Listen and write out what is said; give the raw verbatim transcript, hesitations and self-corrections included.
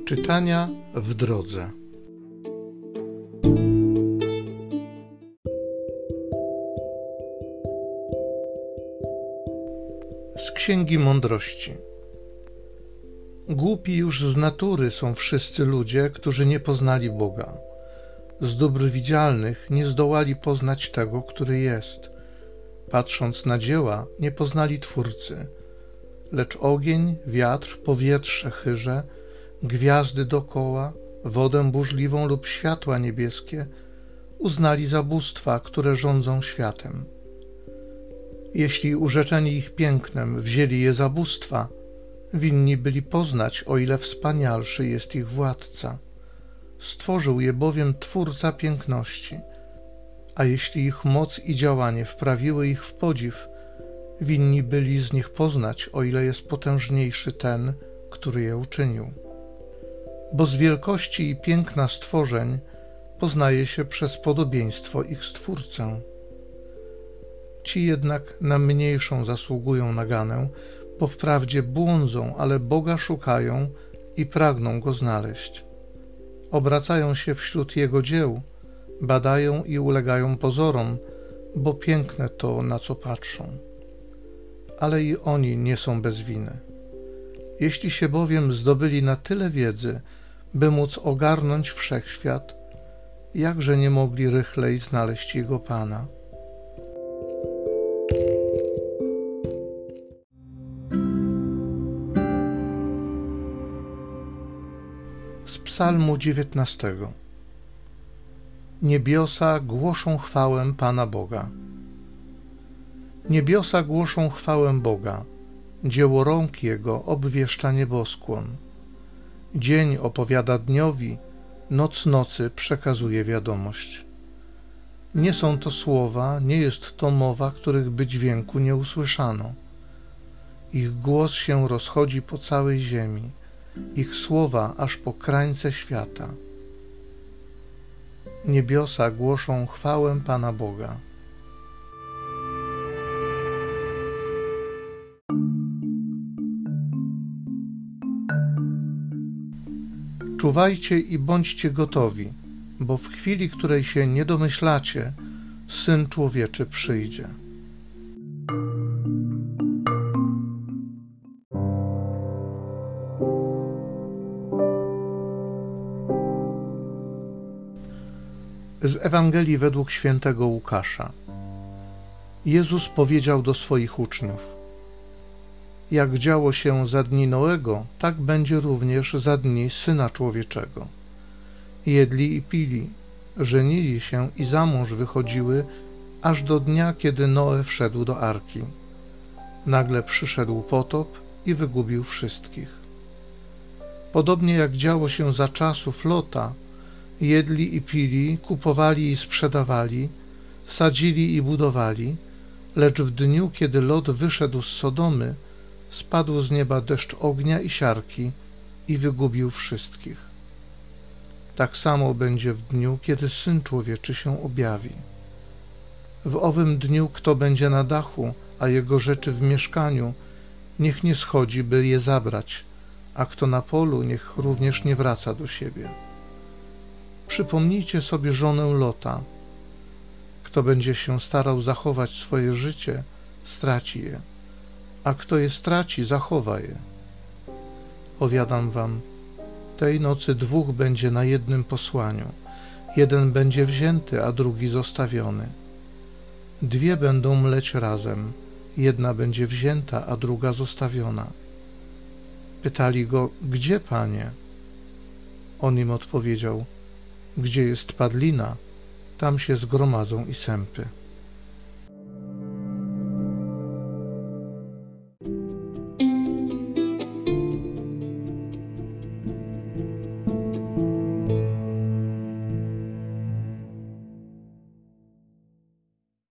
Czytania w drodze. Z Księgi Mądrości. Głupi już z natury są wszyscy ludzie, którzy nie poznali Boga. Z dóbr widzialnych nie zdołali poznać tego, który jest. Patrząc na dzieła, nie poznali Twórcy. Lecz ogień, wiatr, powietrze chyże, gwiazdy dokoła, wodę burzliwą lub światła niebieskie uznali za bóstwa, które rządzą światem. Jeśli urzeczeni ich pięknem wzięli je za bóstwa, winni byli poznać, o ile wspanialszy jest ich władca. Stworzył je bowiem Twórca piękności, a jeśli ich moc i działanie wprawiły ich w podziw, winni byli z nich poznać, o ile jest potężniejszy ten, który je uczynił. Bo z wielkości i piękna stworzeń poznaje się przez podobieństwo ich Stwórcę. Ci jednak na mniejszą zasługują naganę, bo wprawdzie błądzą, ale Boga szukają i pragną Go znaleźć. Obracają się wśród Jego dzieł, badają i ulegają pozorom, bo piękne to, na co patrzą. Ale i oni nie są bez winy. Jeśli się bowiem zdobyli na tyle wiedzy, by móc ogarnąć wszechświat, jakże nie mogli rychlej znaleźć Jego Pana? Z Psalmu dziewiętnastego. Niebiosa głoszą chwałę Pana Boga. Niebiosa głoszą chwałę Boga, dzieło rąk Jego obwieszcza nieboskłon. Dzień opowiada dniowi, noc nocy przekazuje wiadomość. Nie są to słowa, nie jest to mowa, których by dźwięku nie usłyszano. Ich głos się rozchodzi po całej ziemi, ich słowa aż po krańce świata. Niebiosa głoszą chwałę Pana Boga. Czuwajcie i bądźcie gotowi, bo w chwili, której się nie domyślacie, Syn Człowieczy przyjdzie. Z Ewangelii według świętego Łukasza. Jezus powiedział do swoich uczniów: jak działo się za dni Noego, tak będzie również za dni Syna Człowieczego. Jedli i pili, żenili się i za mąż wychodziły, aż do dnia, kiedy Noe wszedł do arki. Nagle przyszedł potop i wygubił wszystkich. Podobnie jak działo się za czasów Lota, jedli i pili, kupowali i sprzedawali, sadzili i budowali, lecz w dniu, kiedy Lot wyszedł z Sodomy, spadł z nieba deszcz ognia i siarki i wygubił wszystkich. Tak samo będzie w dniu, kiedy Syn Człowieczy się objawi. W owym dniu kto będzie na dachu, a jego rzeczy w mieszkaniu, niech nie schodzi, by je zabrać, a kto na polu, niech również nie wraca do siebie. Przypomnijcie sobie żonę Lota. Kto będzie się starał zachować swoje życie, straci je, a kto je straci, zachowa je. Powiadam wam, tej nocy dwóch będzie na jednym posłaniu. Jeden będzie wzięty, a drugi zostawiony. Dwie będą mleć razem. Jedna będzie wzięta, a druga zostawiona. Pytali go: gdzie, Panie? On im odpowiedział: gdzie jest padlina, tam się zgromadzą i sępy.